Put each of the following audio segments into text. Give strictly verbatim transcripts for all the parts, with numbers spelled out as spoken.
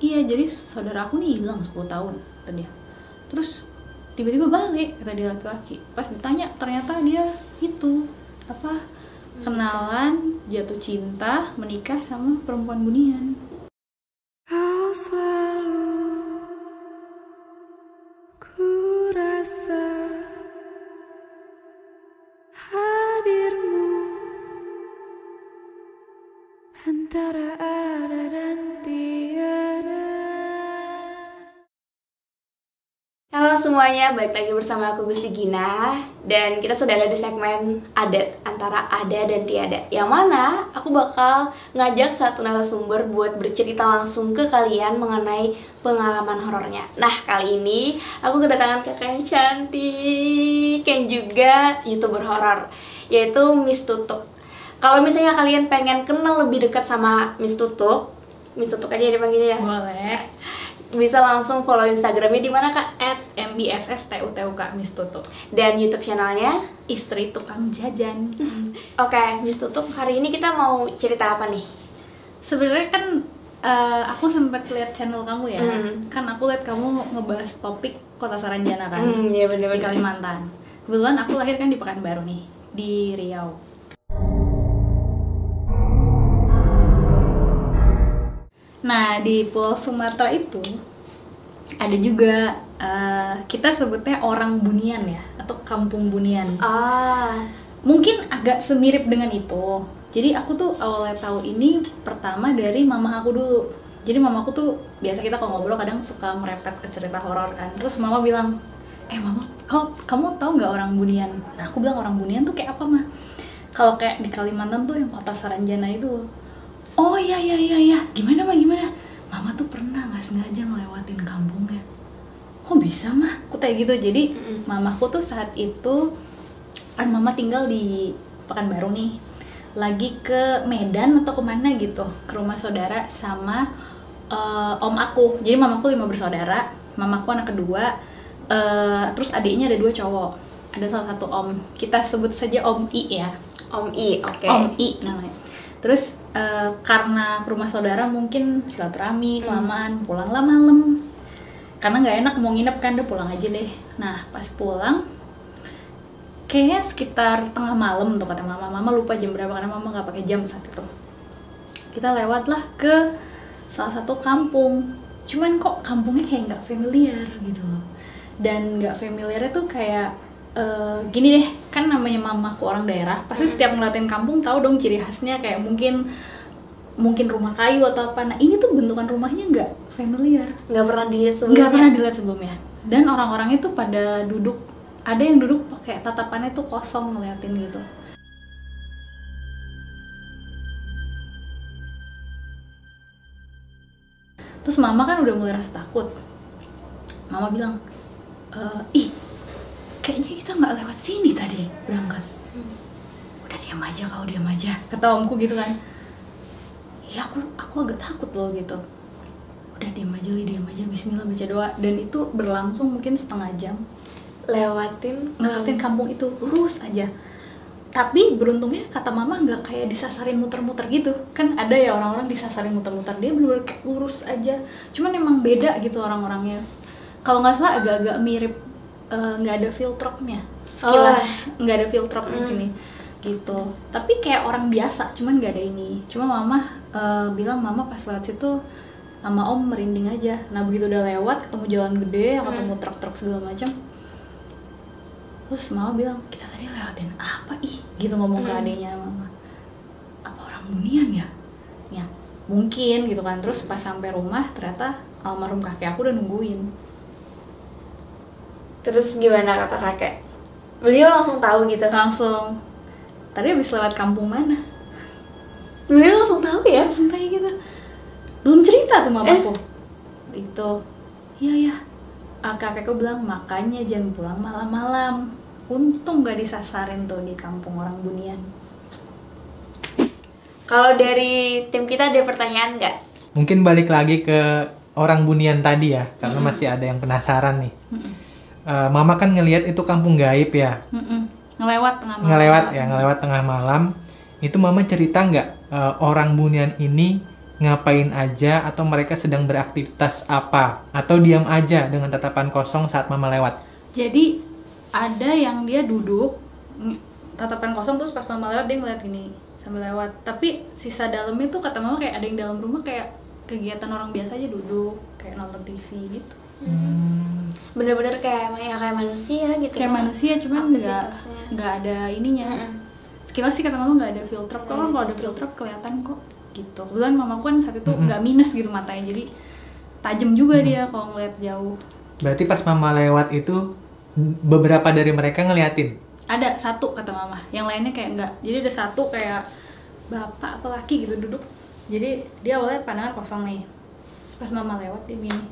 iya jadi saudara aku nih hilang sepuluh tahun kata dia. Terus tiba-tiba balik kata dia laki-laki. Pas ditanya ternyata dia itu apa kenalan, jatuh cinta, menikah sama perempuan bunian. Kau selalu ku rasa hadirmu antara ada dan tiada. Halo semuanya, balik lagi bersama aku Gusti Gina. Dan kita sudah ada di segmen adat antara ada dan tiada, yang mana aku bakal ngajak satu narasumber buat bercerita langsung ke kalian mengenai pengalaman horornya. Nah, kali ini aku kedatangan kakak yang cantik yang juga YouTuber horor, yaitu Miss Tutuk. Kalau misalnya kalian pengen kenal lebih dekat sama Miss Tutuk, Miss Tutuk aja dipanggilnya ya? Boleh. Bisa langsung follow Instagramnya di mana kak? At M B S S T U T U K Miss Tutuk. Dan YouTube channelnya Istri Tukang Jajan. Oke, okay, Miss Tutuk, hari ini kita mau cerita apa nih? Sebenarnya kan uh, aku sempat lihat channel kamu ya. Mm. Kan aku lihat kamu ngebahas topik Kota Saranjana kan. Mm, iya bener-bener. Di Kalimantan. Kebetulan aku lahir kan di Pekanbaru nih, di Riau. Nah, di Pulau Sumatera itu ada juga uh, kita sebutnya orang bunian ya, atau kampung bunian. Ah, Mungkin agak semirip dengan itu. Jadi aku tuh awalnya tahu ini pertama dari mama aku dulu. Jadi mama aku tuh biasa kita kalau ngobrol kadang suka merepet ke cerita horor kan. Terus mama bilang, eh mama, kau, kamu tahu nggak orang bunian? Nah aku bilang orang bunian tuh kayak apa mah? Kalau kayak di Kalimantan tuh yang Kota Saranjana itu. Oh iya iya iya iya, gimana mah gimana? Mama tuh pernah nggak sengaja ngelewatin kampungnya. Kok bisa mah? Aku kayak gitu. Jadi Mm-mm. mamaku tuh saat itu kan mama tinggal di Pekanbaru nih, lagi ke Medan atau kemana gitu, ke rumah saudara sama uh, om aku. Jadi mamaku lima bersaudara, mamaku anak kedua, uh, terus adiknya ada dua cowok. Ada salah satu om, kita sebut saja Om I ya. Om I, oke. Om I namanya. Terus uh, karena ke rumah saudara mungkin silaturahmi, kelamaan, pulanglah malam. Karena nggak enak mau nginep kan, udah pulang aja deh. Nah pas pulang, kayaknya sekitar tengah malam tuh kata mama. Mama lupa jam berapa karena mama nggak pakai jam saat itu. Kita lewatlah ke salah satu kampung. Cuman kok kampungnya kayak nggak familiar gitu loh. Dan nggak familiarnya tuh kayak Uh, gini deh, kan namanya mamaku orang daerah, pasti Hmm. tiap ngeliatin kampung tahu dong ciri khasnya kayak mungkin mungkin rumah kayu atau apa. Nah ini tuh bentukan rumahnya nggak familiar, Nggak pernah dilihat sebelumnya. nggak pernah dilihat sebelumnya. Dan orang-orangnya tuh pada duduk, ada yang duduk pakai tatapannya tuh kosong ngeliatin gitu. Terus mama kan udah mulai rasa takut. Mama bilang, e, ih kayaknya kita nggak lewat sini tadi berangkat. Hmm. Udah diam aja kau, diam aja, kata omku gitu kan. Ya aku aku agak takut loh gitu. Udah diam aja li, diam aja, bismillah, baca doa. Dan itu berlangsung mungkin setengah jam. Lewatin Ngelewatin kampung itu lurus aja. Tapi beruntungnya kata mama nggak kayak disasarin muter-muter gitu. Kan ada ya orang-orang disasarin muter-muter, dia bener-bener kayak lurus aja. Cuman emang beda gitu orang-orangnya. Kalau nggak salah agak-agak mirip, nggak uh, ada field trucknya, sekilas nggak oh. ada field truck mm. di sini gitu. Tapi kayak orang biasa, cuman nggak ada ini. Cuma mama uh, bilang mama pas lewat situ sama om merinding aja. Nah begitu udah lewat ketemu jalan gede, mm. ketemu truk-truk segala macam. Terus mama bilang kita tadi lewatin apa ih? Gitu ngomong mm. ke adiknya mama. Apa orang bunian ya? Ya mungkin gitu kan. Terus pas sampai rumah ternyata almarhum kakek aku udah nungguin. Terus gimana kata kakek? Beliau langsung tahu gitu? Langsung. Tadi habis lewat kampung mana? Beliau langsung tahu ya? Langsung kayak gitu. Belum cerita tuh mamaku. Eh? Itu. Iya ya. Kakekku bilang makanya jangan pulang malam-malam. Untung gak disasarin tuh di kampung orang bunian. Kalau dari tim kita ada pertanyaan nggak? Mungkin balik lagi ke orang bunian tadi ya, karena mm-hmm. masih ada yang penasaran nih. Mm-hmm. Uh, Mama kan ngelihat itu kampung gaib ya. Mm-mm. Ngelewat tengah malam. Ngelewat ya, ngelewat tengah malam. Itu Mama cerita nggak uh, orang bunian ini ngapain aja atau mereka sedang beraktivitas apa atau diam aja dengan tatapan kosong saat mama lewat? Jadi ada yang dia duduk ng- tatapan kosong, terus pas mama lewat dia ngeliat gini sambil lewat. Tapi sisa dalamnya tuh kata mama kayak ada yang dalam rumah kayak kegiatan orang biasa aja, duduk kayak nonton T V gitu. Hmm. Bener-bener kayak ya kayak manusia gitu. Kayak kan? manusia cuman nggak Aktivitasnya. nggak ada ininya. Mm-mm. Sekilas sih kata mama nggak ada filter. Kok kan kalau ada filter kelihatan kok gitu. Kebetulan mamaku kan saat itu Mm-mm. nggak minus gitu matanya, jadi tajam juga Mm. dia kalau ngeliat jauh. Berarti pas mama lewat itu beberapa dari mereka ngeliatin. Ada satu kata mama, yang lainnya kayak enggak. Jadi ada satu kayak bapak apa laki gitu duduk. Jadi dia awalnya pandangan kosong nih. Terus pas mama lewat dia gini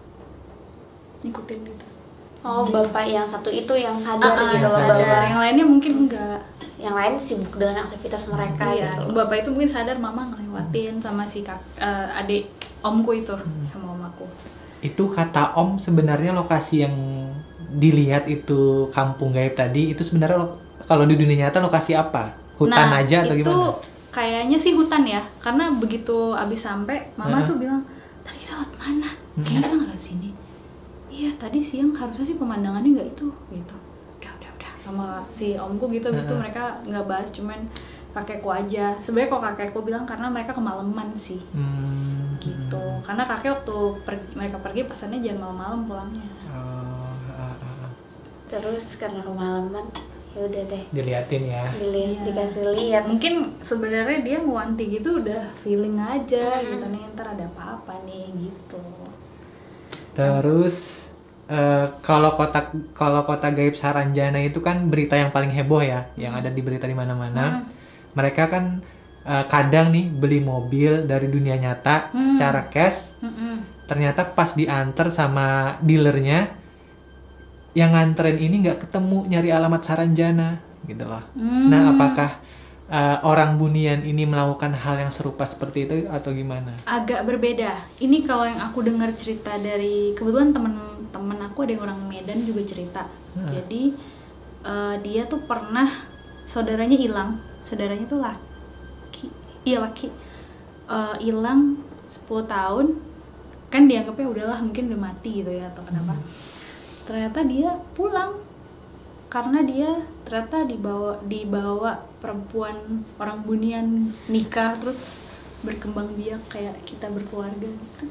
ngikutin gitu. Oh, bapak yang satu itu yang sadar Ah, ah, gitu loh. sadar. bahwa Yang lainnya mungkin enggak. yang lain sibuk dengan aktivitas mereka Iya, gitu loh. bapak itu mungkin sadar mama ngelewatin sama si kak, eh, adik omku itu sama omaku. Itu kata Om sebenarnya lokasi yang dilihat itu kampung gaib tadi itu sebenarnya lo- kalau di dunia nyata lokasi apa? Hutan Nah, aja atau itu gimana? kayaknya sih hutan ya, karena begitu abis sampai mama Heeh. tuh bilang tadi kita lewat mana? Hmm. Kayaknya kita nggak lewat sini. Iya tadi siang harusnya sih pemandangannya nggak itu gitu. Udah udah udah sama si omku gitu, abis itu Heeh. mereka nggak bahas, cuman kakekku aja. Sebenarnya kok kakekku bilang karena mereka kemalaman sih Hmm, gitu. hmm. Karena kakek waktu pergi, mereka pergi pesannya jangan malam-malam pulangnya. Oh, ah, ah, ah. Terus karena kemalaman ya udah deh Diliatin ya. dilihat Iya. dikasih lihat. Mungkin sebenarnya dia ngewanti gitu udah feeling aja Hmm. gitu nih, ntar ada apa-apa nih gitu. Terus eh, kalau kota kalau kota gaib Saranjana itu kan berita yang paling heboh ya, yang ada di berita di mana-mana. Hmm. Mereka kan eh, kadang nih beli mobil dari dunia nyata Hmm. secara cash, Mm-mm. ternyata pas diantar sama dealernya yang nganterin ini nggak ketemu nyari alamat Saranjana gitu loh. Hmm. Nah, apakah eh, orang Bunian ini melakukan hal yang serupa seperti itu atau gimana? Agak berbeda. Ini kalau yang aku dengar cerita dari, kebetulan temen-temen aku ada yang orang Medan juga cerita. Hmm. Jadi eh, dia tuh pernah saudaranya hilang, saudaranya tuh laki, iya laki, Eh, hilang sepuluh tahun, kan dianggapnya udahlah mungkin udah mati gitu ya atau kenapa. Ternyata dia pulang karena dia ternyata dibawa dibawa perempuan orang Bunian nikah, terus berkembang biak kayak kita berkeluarga gitu.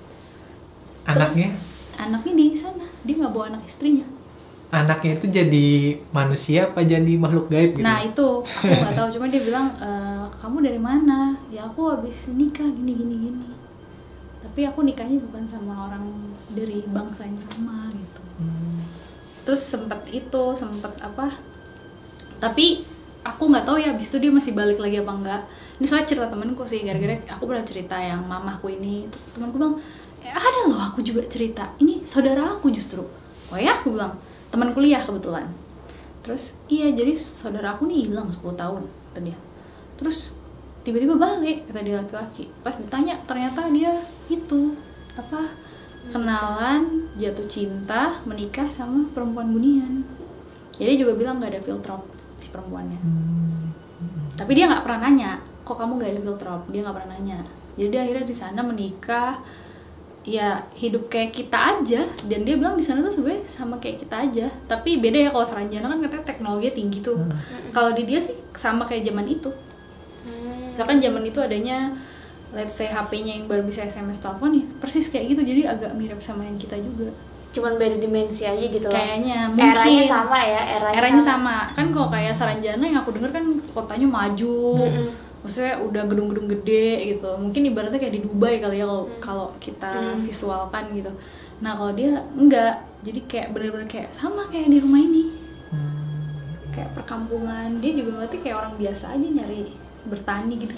Anaknya Anaknya di sana, dia nggak bawa anak istrinya. anaknya itu jadi manusia apa jadi makhluk gaib gitu? Nah itu aku nggak tahu, cuma dia bilang e, kamu dari mana? Ya aku habis nikah gini gini gini. Tapi aku nikahnya bukan sama orang dari bangsa yang sama gitu. Hmm. Terus sempet itu sempet apa? Tapi aku nggak tahu ya abis itu dia masih balik lagi apa enggak. Ini soalnya cerita temenku sih, gara-gara aku pernah cerita yang mamaku ini. Terus temanku bilang eh, ada loh aku juga cerita. Ini saudara aku justru. Oh ya aku bilang teman kuliah kebetulan. Terus iya jadi saudara aku nih hilang sepuluh tahun kata dia. Terus tiba-tiba balik kata dia laki-laki. Pas ditanya ternyata dia itu apa kenalan, jatuh cinta, menikah sama perempuan Bunian. Jadi dia juga bilang nggak ada filtrop si perempuannya. Hmm. Tapi dia nggak pernah nanya, kok kamu nggak ada filtrop? Dia nggak pernah nanya. Jadi dia akhirnya di sana menikah, ya hidup kayak kita aja. Dan dia bilang di sana tuh sebenarnya sama kayak kita aja. Tapi beda ya, kalau Saranjana kan katanya teknologinya tinggi tuh. Hmm. Kalau di dia sih sama kayak zaman itu. Hmm. Misalkan zaman itu adanya let's say H P-nya yang baru bisa S M S telepon ya, persis kayak gitu. Jadi agak mirip sama yang kita juga. Cuman beda dimensi aja gitu loh. Kayaknya mungkin Eranya sama ya, eranya, eranya sama. Kan kalau kayak Saranjana yang aku denger kan kotanya maju. Mm-mm. Maksudnya udah gedung-gedung gede gitu. Mungkin ibaratnya kayak di Dubai kali ya kalau Hmm. kalau kita Hmm. visualkan gitu. Nah, kalau dia enggak. Jadi kayak bener-bener kayak sama kayak di rumah ini. Hmm. Kayak perkampungan. Dia juga ngerti kayak orang biasa aja nyari bertani gitu.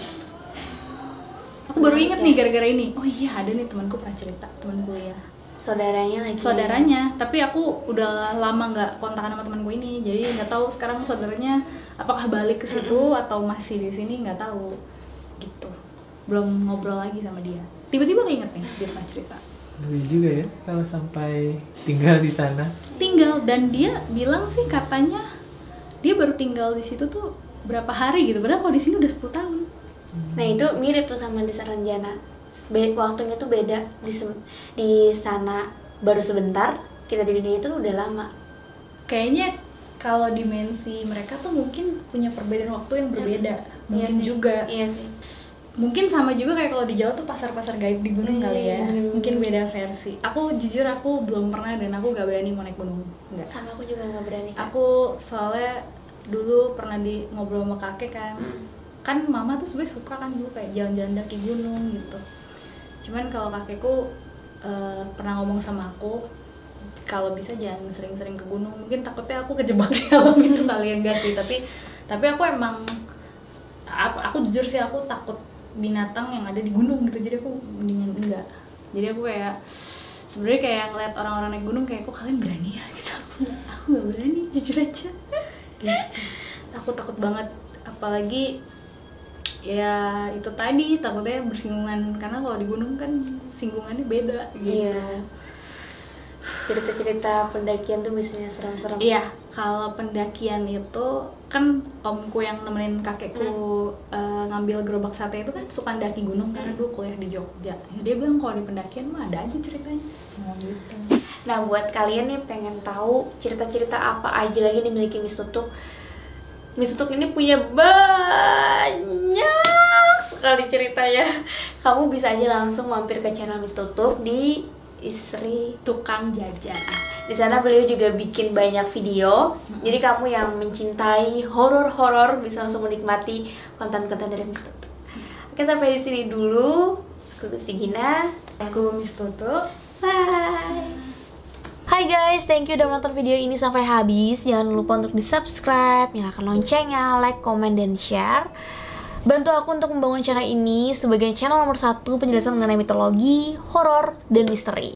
Aku baru inget nih gara-gara ini. Oh iya, ada nih temanku pernah cerita, teman kuliah. Saudaranya lagi. Saudaranya, tapi aku udah lama nggak kontakan sama temanku ini, jadi nggak tahu sekarang saudaranya apakah balik ke situ atau masih di sini, nggak tahu gitu. Belum ngobrol lagi sama dia. Tiba-tiba keinget nih dia pernah cerita. Ngeri juga ya kalau sampai tinggal di sana. Tinggal, dan dia bilang sih katanya dia baru tinggal di situ tuh berapa hari gitu. Padahal kalau di sini udah sepuluh tahun. Nah itu mirip tuh sama Desa Renjana. Be- waktunya tuh beda. Di se- di sana baru sebentar, kita di dunia itu udah lama. Kayaknya kalau dimensi mereka tuh mungkin punya perbedaan waktu yang berbeda. Mungkin Iya sih. juga. Iya sih. Mungkin sama juga kayak kalau di Jawa tuh pasar-pasar gaib di gunung Iya, kali ya. bener-bener. Mungkin beda versi. Aku jujur aku belum pernah dan aku gak berani mau naik gunung. Enggak. Sama aku juga nggak berani. Aku soalnya dulu pernah di ngobrol sama kakek kan. Hmm. Kan mama tuh sebenarnya suka kan dulu kayak jalan-jalan daki gunung gitu. Cuman kalau kakekku eh, pernah ngomong sama aku kalau bisa jangan sering-sering ke gunung. Mungkin takutnya aku kejebak di alam itu kali ya, enggak sih. Tapi tapi aku emang aku, aku jujur sih aku takut binatang yang ada di gunung gitu. Jadi aku mendingan enggak. Jadi aku kayak sebenarnya kayak ngeliat orang-orang naik gunung kayak kok kalian berani ya gitu. Aku nggak, aku nggak berani jujur aja. Gitu. Aku takut banget, apalagi ya itu tadi takutnya bersinggungan karena kalau di gunung kan singgungannya beda gitu. Iya. Cerita-cerita pendakian tuh biasanya serem-serem. Iya, kalau pendakian itu kan omku yang nemenin kakekku eh, ngambil gerobak sate itu kan suka daki gunung karena dulu kuliah di Jogja. Ya, dia bilang kalau di pendakian mah ada aja ceritanya. Nah, gitu. Nah buat kalian nih pengen tahu cerita-cerita apa aja lagi dimiliki Miss Tutuk, Miss Tutuk ini punya banyak sekali ceritanya. Kamu bisa aja langsung mampir ke channel Miss Tutuk di Istri Tukang jajan. Di sana beliau juga bikin banyak video. Jadi kamu yang mencintai horor-horor bisa langsung menikmati konten-konten dari Miss Tutuk. Oke, sampai di sini dulu. Aku Gusti Gina. Aku Miss Tutuk. Bye. Hai guys, thank you udah menonton video ini sampai habis. Jangan lupa untuk di-subscribe, nyalakan loncengnya, like, comment, dan share. Bantu aku untuk membangun channel ini sebagai channel nomor satu penjelasan mengenai mitologi, horor, dan misteri.